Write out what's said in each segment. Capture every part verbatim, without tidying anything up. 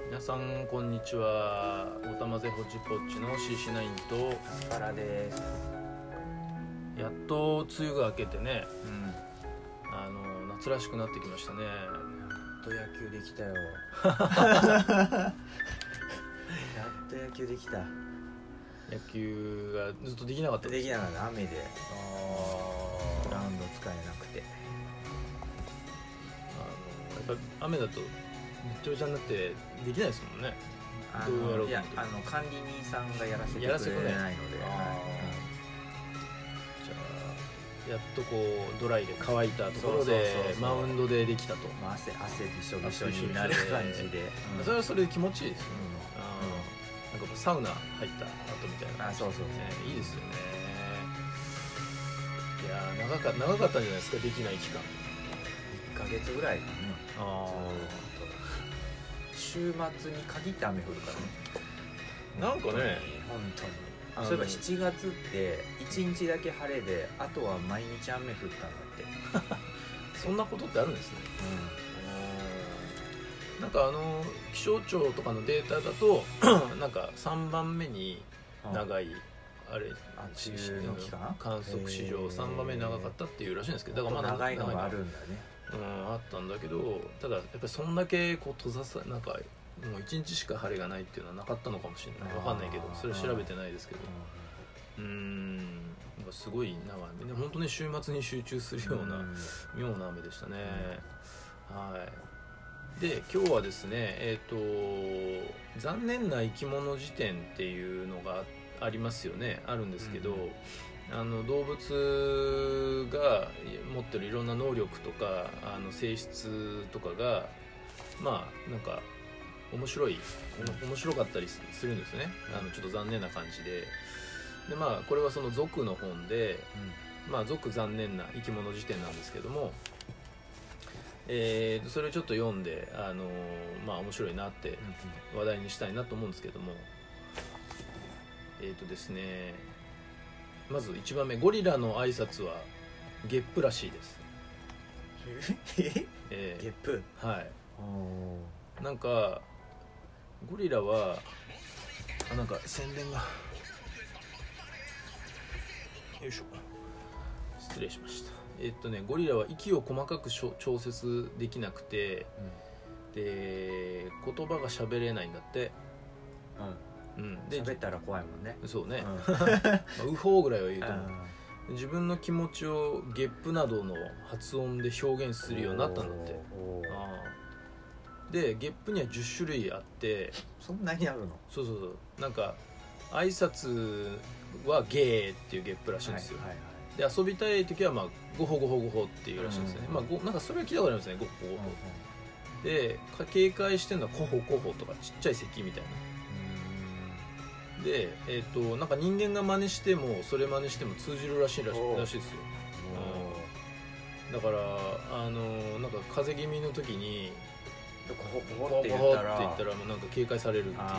皆さんこんにちは。おたまぜほちぽっちの シーシーナイン とアスパラです。 やっと梅雨が明けてね、 うん、 あの夏らしくなってきましたね。 やっと野球できたよやっと野球できた。 野球がずっとできなかったできなかった雨であグラウンド使えなくて、 あのやっぱ雨だとめっちゃめちゃになってできないですもんね。 あどうやろうのいやあの管理人さんがやらせてくれやらせてくれないので、 あじゃあやっとこうドライで乾いたところでそうそうそうそうマウンドでできたと、 まあ、汗汗びしょびしょになる感じで、うん、 それはそれで気持ちいいですよね。 うんあなんかこうサウナ入った後みたいな、 あそうそうそう、 ね、いいですよね。いやー 長か、長かったんじゃないですか、できない期間。 いっかげつぐらいかね。 あ週末に限って雨降るからね。 なんかね本当にそういえばしちがつっていちにちだけ晴れで、あとは毎日雨降ったんだってそんなことってあるんですね。 うなんかあの気象庁とかのデータだとなんかさんばんめに長いあれあ梅雨の期間観測史上さんばんめに長かったっていうらしいんですけど、だからまだ長いのがあるんだね。 うん、あったんだけど、ただやっぱりそんだけこう閉ざさなんかもういちにちしか晴れがないっていうのはなかったのかもしれない。わかんないけど、それ調べてないですけど、うーん、なんかすごい長いね。本当に週末に集中するような妙な雨でしたね。はい。で今日はですね、えっと残念な生き物辞典っていうのがありますよね。あるんですけど。うんあの動物が持ってるいろんな能力とかあの性質とかがまあなんか面白い面白かったりするんですね。あのちょっと残念な感じで、でまあこれはその族の本で、うん、まあ族残念な生き物辞典なんですけども、えー、それをちょっと読んであのまあ面白いなって話題にしたいなと思うんですけども、えーとですねまずいちばんめ、ゴリラの挨拶はゲップらしいです。 えー、ゲップ、 はい。なんかゴリラはあなんか宣伝がよいしょ失礼しました。えー、っとねゴリラは息を細かく調節できなくて、うん、で言葉が喋れないんだって。うんうん、で喋ったら怖いもんね。 そうね、うんまあ、ウホーぐらいは言うと思う。自分の気持ちをゲップなどの発音で表現するようになったんだって。あでゲップにはじゅっしゅるいあって、 そんなにあるの？ そうそうそう、なんか挨拶はゲーっていうゲップらしいんですよ、はいはいはい、で遊びたい時はまあゴホゴホゴホっていうらしいんですよね、うんうん、まあ、なんかそれは聞いたことありますね、ゴホゴホ、うんうん、で警戒してるのはコホコホとかちっちゃい咳みたいな。で、えー、となんか人間が真似してもそれ真似しても通じるらしいらしい、らしいですよ。だからあのなんか風邪気味の時にコホコホって言ったらって言ったらもうなんか警戒されるっていうんですね。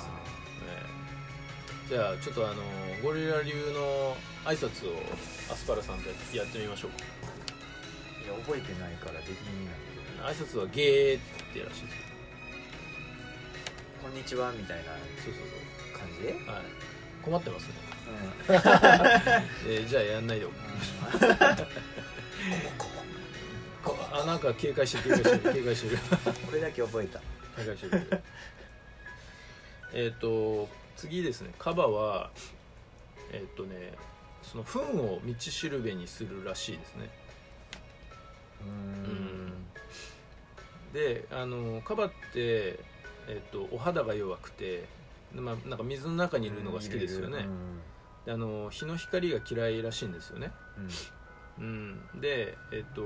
えー、じゃあちょっとあのゴリラ流の挨拶をアスパラさんとやってみましょうか。 いや覚えてないからできないけど、挨拶はゲーってらしいですよ。 こんにちはみたいな。 そうそうそう感じで、 はい、困ってますね、 うんえー、じゃあやんないでおく、あなんか警戒してる警戒してる警戒してるこれだけ覚えた。 警戒してるえっと次ですね、カバはえっ、ー、とねその糞を道しるべにするらしいですね。 うーんであのカバって、えー、とお肌が弱くてまあ、なんか水の中にいるのが好きですよね、うん、であの日の光が嫌いらしいんですよね、うんうん、でえっと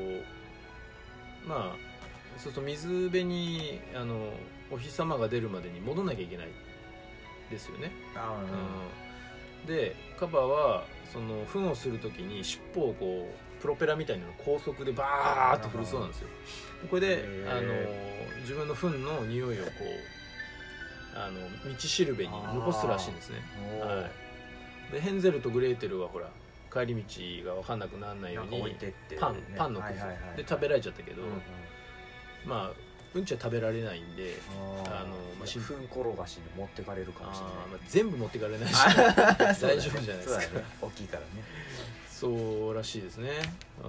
まあそうすると水辺にあのお日様が出るまでに戻んなきゃいけないですよね。あ、うん、でカバはその糞をするときに尻尾をこうプロペラみたいなの高速でバーッと振るそうなんですよ。これであの自分の糞の匂いをこうあの道しるべに残すらしいんですね、はい、でヘンゼルとグレーテルはほら帰り道が分かんなくならないように置いてって、ね、 パンパンのくず、はいはいはい、で食べられちゃったけど、うんうん、まあうんちは食べられないんで、 ああのまあふん転がしに持ってかれるかもしれない。 あ、まあ、全部持ってかれないし大丈夫じゃないですか。 そうだね、大きいからね。 そうらしいですね。あ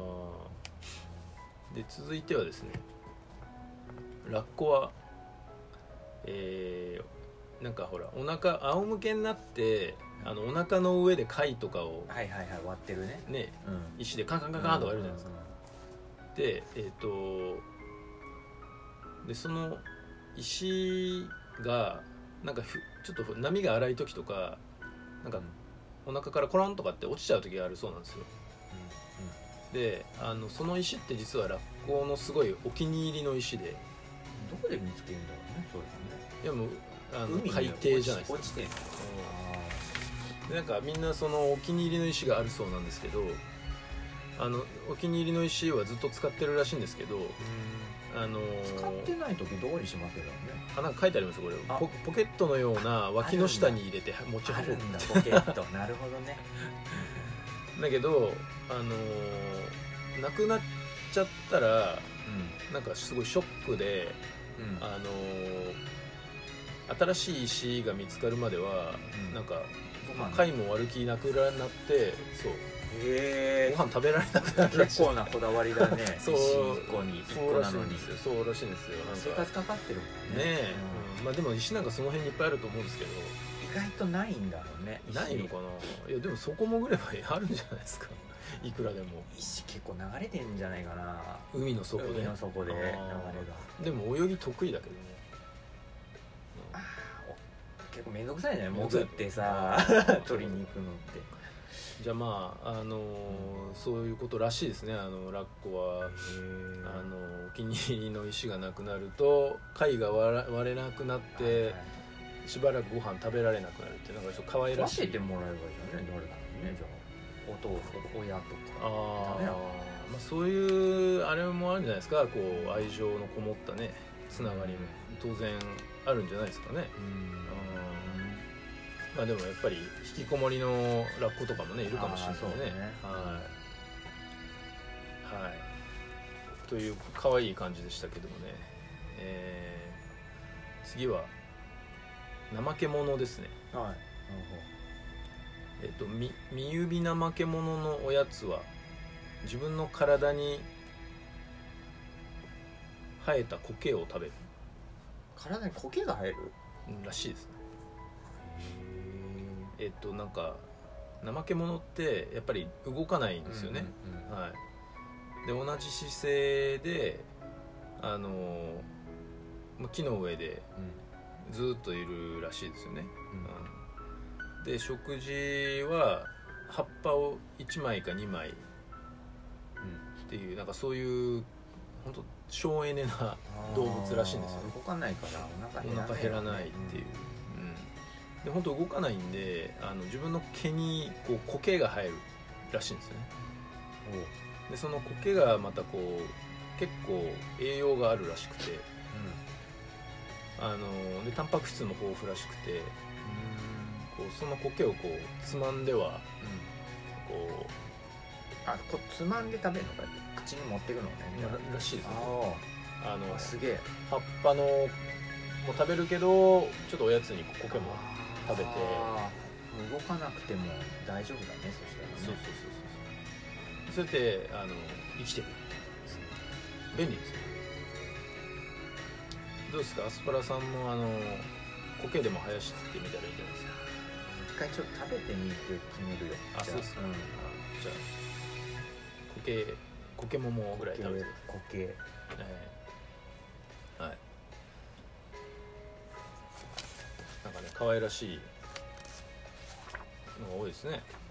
で続いてはですね、ラッコは、えー、なんかほらお腹仰向けになってあのお腹の上で貝とかをはいはいはい、割ってるね。 ね、 うん、 石でカンカンカンカンとかやるじゃないですか。でえっ、とでその石がなんかふちょっと波が荒い時とかなんかお腹からコロンとかって落ちちゃう時があるそうなんですよ。であのその石って実はラッコのすごいお気に入りの石で、 どこで見つけるんだろうね、そうですね。 いやもうあの海に海底じゃないですか。 落ちてんの。 でなんかみんなそのお気に入りの石があるそうなんですけど、あのお気に入りの石はずっと使ってるらしいんですけど、あの使ってない時どうにしますよね。 あなんか書いてありますよこれ。 あポ、ポケットのような脇の下に入れて持ち運ぶあるんだ、ポケット。なるほどね。 だけどあのー、なくなっちゃったらうなんかすごいショックで、 んうんあのー、新しい石が見つかるまでは、 うん、 なんかご飯貝も悪気なくなってそうへえ、 ご飯食べられなくなるらしい。 結構なこだわりだね。 そう石いっこにいっそうこなのにらしいんですよ。そうらしいんですよ。なんか生活かかってるもんね。 ねえ、うんまあでも石なんかその辺にいっぱいあると思うんですけど、 意外とないんだろうね。石ないのかな。いやでもそこ潜ればあるんじゃないですか。いくらでも石結構流れてんじゃないかな。 海の底で。 海の底で流れが。 でも泳ぎ得意だけどね。 あー結構めんどくさいね、潜ってさ取りに行くのって。 じゃあまああのー、そういうことらしいですね。あのラッコはあのー、お気に入りの石がなくなると貝が割ら割れなくなって、はいはい、しばらくご飯食べられなくなるっていうのがちょっと可愛らしい。 分けてもらえばいいよね、誰かにね。じゃあお父親とか。 ああ、まあそういうあれもあるんじゃないですか。こう愛情のこもったねつながりも当然あるんじゃないですかね。うんまあでもやっぱり引きこもりのラッコとかもねいるかもしれないね。はいはいという可愛い感じでしたけどもね、えー、次は怠け者ですね。はいえっとみ身指怠け者のおやつは自分の体に生えた苔を食べる。 体に苔が生えるらしいですね。えっとなんか怠け者ってやっぱり動かないんですよね。うんうんうん、はい。で同じ姿勢であのー、木の上でずっといるらしいですよね。うんうん、で食事は葉っぱをいちまいかにまいっていうなんかそういう本当省エネな動物らしいんですよ。 動かないからお腹減らない、 お腹減らないっていう。で本当動かないんであの自分の毛にこう苔が生えるらしいんですよね。でその苔がまたこう結構栄養があるらしくて、うん、あのでタンパク質も豊富らしくて、うんこうその苔をこうつまんでは、うん、こうあこうつまんで食べるのか口に持っていくのねらしいですね。 あのすげえ葉っぱのも食べるけどちょっとおやつに苔も食べて動かなくても大丈夫だね。そしたらね。そうそうそうそうそう。それであの生きてる便利ですよ。どうですかアスパラさんもあの苔でも生やしてみたらいいんじゃないですか。 一回ちょっと食べてみて決めるよ。 あそうですか、うん、あじゃあ苔苔ももぐらい食べて苔、えー、はいなんかね可愛らしいのが多いですね。